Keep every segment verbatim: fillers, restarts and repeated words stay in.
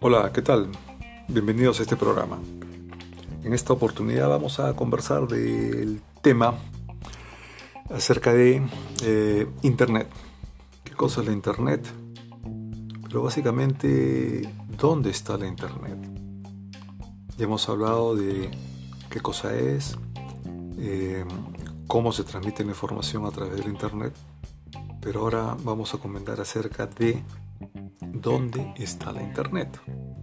Hola, ¿qué tal? Bienvenidos a este programa. En esta oportunidad vamos a conversar del tema acerca de eh, Internet. ¿Qué cosa es la Internet? Pero básicamente, ¿dónde está la Internet? Ya hemos hablado de qué cosa es, eh, cómo se transmite la información a través del Internet, pero ahora vamos a comentar acerca de dónde está la Internet.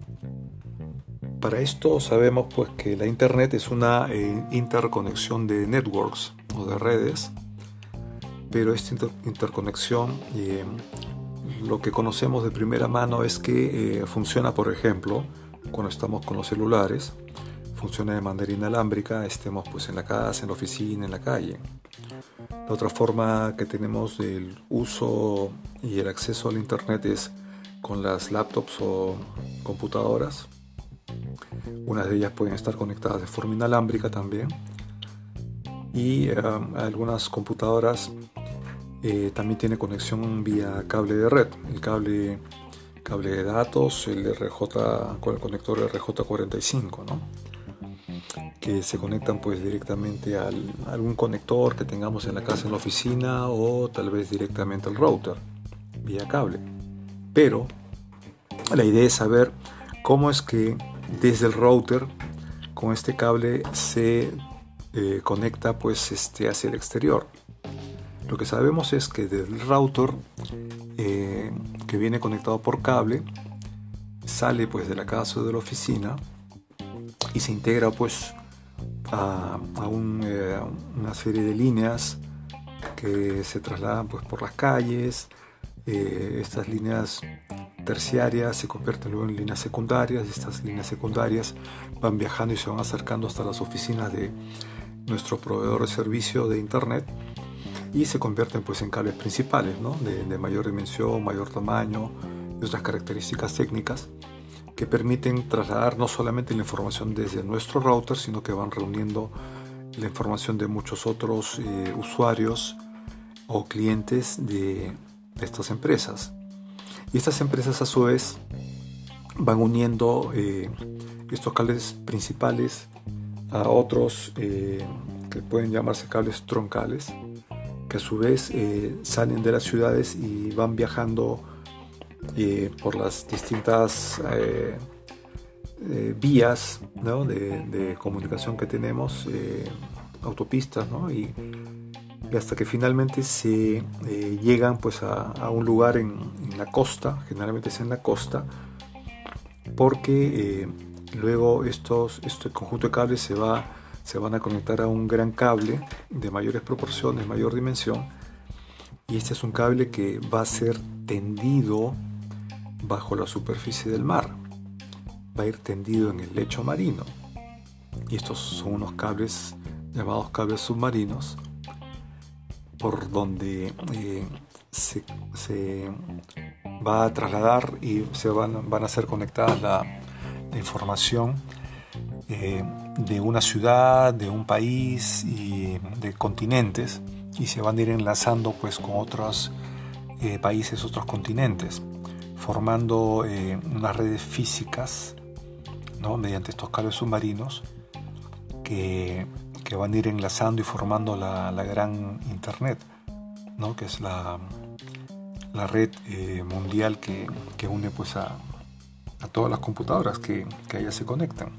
Para esto sabemos pues que la Internet es una eh, interconexión de networks o de redes, pero esta inter interconexión eh, lo que conocemos de primera mano es que eh, funciona, por ejemplo, cuando estamos con los celulares, funciona de manera inalámbrica, estemos pues en la casa, en la oficina, en la calle. La otra forma que tenemos del uso y el acceso al Internet es con las laptops o computadoras. Unas de ellas pueden estar conectadas de forma inalámbrica también. Y eh, algunas computadoras eh, también tienen conexión vía cable de red. El cable, cable de datos, el R J, con el conector R J cuarenta y cinco, ¿no? Que se conectan pues directamente al, a algún conector que tengamos en la casa, en la oficina, o tal vez directamente al router vía cable. Pero la idea es saber cómo es que desde el router con este cable se eh, conecta pues este hacia el exterior. Lo que sabemos es que desde el router eh, que viene conectado por cable sale pues de la casa o de la oficina y se integra pues a, a un, eh, una serie de líneas que se trasladan pues por las calles. Eh, estas líneas terciarias se convierten luego en líneas secundarias, y estas líneas secundarias van viajando y se van acercando hasta las oficinas de nuestro proveedor de servicio de Internet y se convierten pues en cables principales, ¿no? de, de mayor dimensión, mayor tamaño y otras características técnicas que permiten trasladar no solamente la información desde nuestro router, sino que van reuniendo la información de muchos otros eh, usuarios o clientes de estas empresas. Y estas empresas a su vez van uniendo eh, estos cables principales a otros eh, que pueden llamarse cables troncales, que a su vez eh, salen de las ciudades y van viajando eh, por las distintas eh, eh, vías, ¿no? de, de comunicación que tenemos, eh, autopistas, ¿no? y y hasta que finalmente se eh, llegan pues a, a un lugar en, en la costa, generalmente es en la costa, porque eh, luego estos, este conjunto de cables se, va, se van a conectar a un gran cable de mayores proporciones, mayor dimensión, y este es un cable que va a ser tendido bajo la superficie del mar, va a ir tendido en el lecho marino, y estos son unos cables llamados cables submarinos, por donde eh, se, se va a trasladar y se van, van a ser conectadas la, la información eh, de una ciudad, de un país y de continentes, y se van a ir enlazando pues con otros eh, países, otros continentes, formando eh, unas redes físicas, ¿no? mediante estos cables submarinos que que van a ir enlazando y formando la, la gran Internet, ¿no? que es la, la red eh, mundial que, que une pues a, a todas las computadoras que, que a ellas se conectan.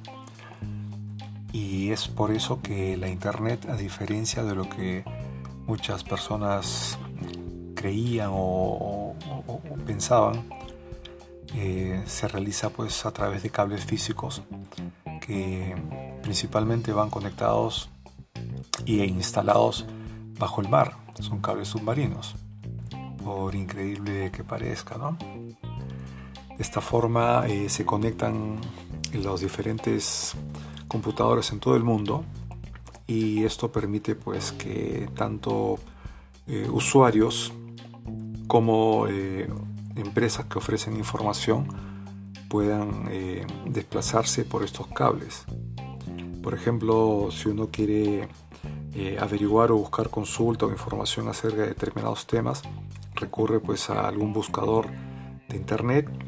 Y es por eso que la Internet, a diferencia de lo que muchas personas creían o, o, o pensaban, eh, se realiza pues a través de cables físicos que principalmente van conectados y instalados bajo el mar. Son cables submarinos, por increíble que parezca, ¿no? De esta forma eh, se conectan los diferentes computadores en todo el mundo, y esto permite pues que tanto eh, usuarios como eh, empresas que ofrecen información puedan eh, desplazarse por estos cables. Por ejemplo, si uno quiere eh, averiguar o buscar consulta o información acerca de determinados temas, recurre pues a algún buscador de internet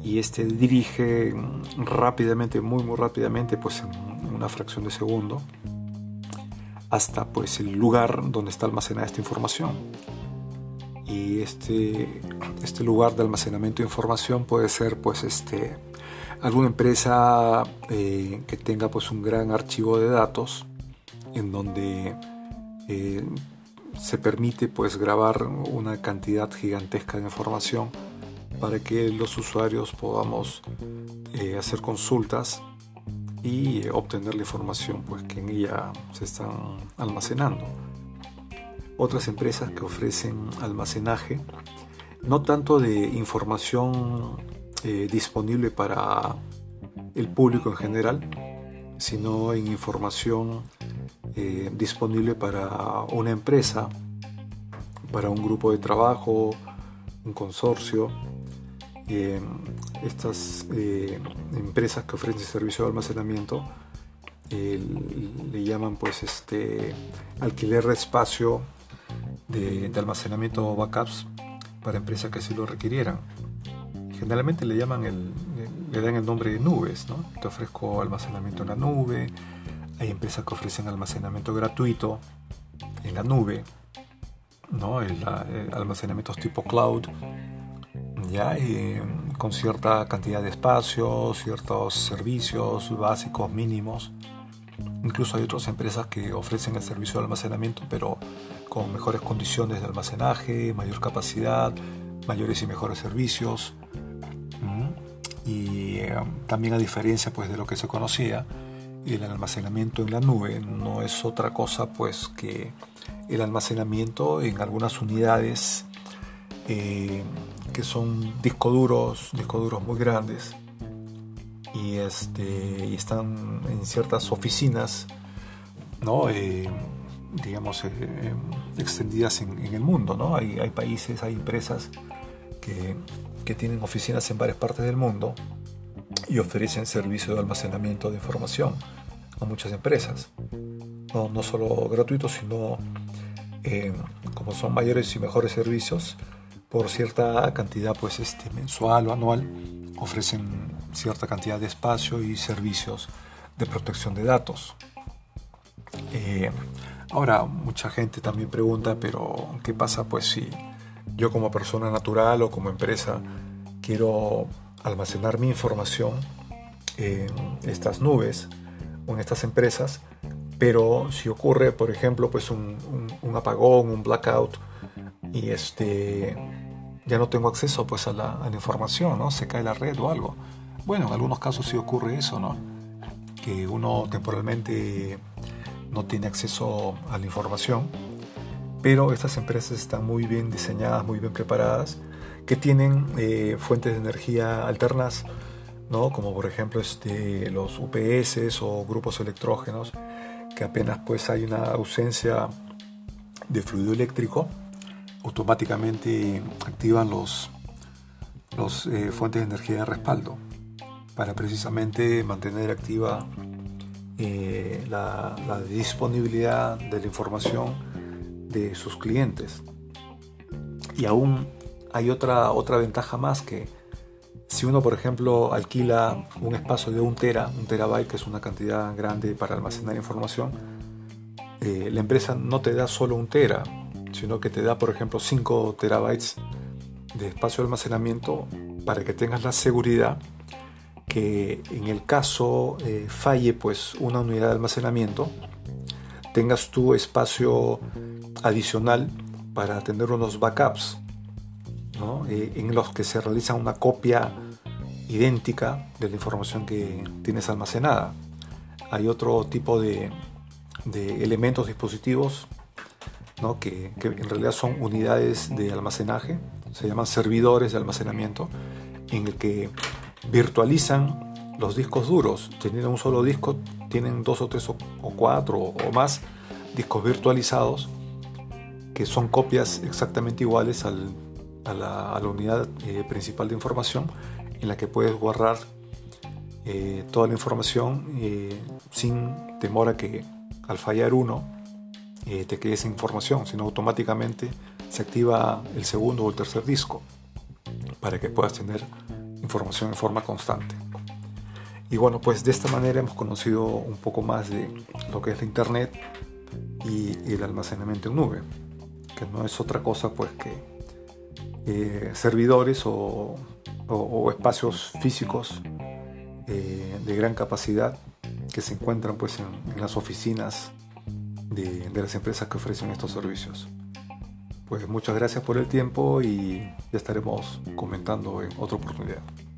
y este dirige rápidamente, muy muy rápidamente, pues en una fracción de segundo, hasta pues el lugar donde está almacenada esta información. Y este, este lugar de almacenamiento de información puede ser pues este, alguna empresa eh, que tenga pues un gran archivo de datos en donde eh, se permite pues grabar una cantidad gigantesca de información para que los usuarios podamos eh, hacer consultas y obtener la información pues que en ella se están almacenando. Otras empresas que ofrecen almacenaje, no tanto de información eh, disponible para el público en general, sino en información eh, disponible para una empresa, para un grupo de trabajo, un consorcio. Eh, estas eh, empresas que ofrecen servicio de almacenamiento eh, le llaman pues este alquiler de espacio de, de almacenamiento o backups para empresas que así lo requirieran. Generalmente le llaman el, le dan el nombre de nubes, ¿no? Te ofrezco almacenamiento en la nube. Hay empresas que ofrecen almacenamiento gratuito en la nube, ¿no? El, el almacenamientos tipo cloud, ya eh, con cierta cantidad de espacio, ciertos servicios básicos mínimos. Incluso hay otras empresas que ofrecen el servicio de almacenamiento, pero con mejores condiciones de almacenaje, mayor capacidad, mayores y mejores servicios. Y eh, también, a diferencia pues de lo que se conocía, el almacenamiento en la nube no es otra cosa pues que el almacenamiento en algunas unidades eh, que son discos duros, discos duros muy grandes, y, este, y están en ciertas oficinas, ¿no? Eh, digamos, eh, extendidas en, en el mundo, ¿no? Hay, hay países, hay empresas que, que tienen oficinas en varias partes del mundo y ofrecen servicio de almacenamiento de información a muchas empresas. No, no solo gratuitos, sino eh, como son mayores y mejores servicios, por cierta cantidad pues este, mensual o anual, ofrecen cierta cantidad de espacio y servicios de protección de datos. Eh, ahora, mucha gente también pregunta, pero ¿qué pasa pues si yo como persona natural o como empresa quiero almacenar mi información en estas nubes o en estas empresas, pero si ocurre, por ejemplo, pues un, un, un apagón, un blackout, y este ya no tengo acceso pues a la, a la información, ¿no? Se cae la red o algo? Bueno, en algunos casos sí ocurre eso, ¿no? Que uno temporalmente no tiene acceso a la información, pero estas empresas están muy bien diseñadas, muy bien preparadas, que tienen eh, fuentes de energía alternas, ¿no? Como por ejemplo este, los U P S o grupos electrógenos, que apenas pues hay una ausencia de fluido eléctrico, automáticamente activan los, los eh, fuentes de energía de respaldo para precisamente mantener activa eh, la, la disponibilidad de la información de sus clientes. Y aún hay otra, otra ventaja más, que si uno, por ejemplo, alquila un espacio de un tera, un terabyte, que es una cantidad grande para almacenar información, eh, la empresa no te da solo un tera, sino que te da, por ejemplo, cinco terabytes de espacio de almacenamiento, para que tengas la seguridad que en el caso eh, falle pues una unidad de almacenamiento, tengas tu espacio adicional para tener unos backups, ¿no? Eh, en los que se realiza una copia idéntica de la información que tienes almacenada. Hay otro tipo de, de elementos, dispositivos, ¿no? que, que en realidad son unidades de almacenaje, se llaman servidores de almacenamiento, en el que virtualizan los discos duros. Teniendo un solo disco, tienen dos o tres o, o cuatro o, o más discos virtualizados, que son copias exactamente iguales al, a, la, a la unidad eh, principal de información, en la que puedes guardar eh, toda la información eh, sin temor a que al fallar uno eh, te quede sin información, sino automáticamente se activa el segundo o el tercer disco para que puedas tener información en forma constante. Y bueno, pues de esta manera hemos conocido un poco más de lo que es la Internet y, y el almacenamiento en nube, que no es otra cosa pues que eh, servidores o, o, o espacios físicos eh, de gran capacidad que se encuentran pues en, en las oficinas de, de las empresas que ofrecen estos servicios. Pues muchas gracias por el tiempo y ya estaremos comentando en otra oportunidad.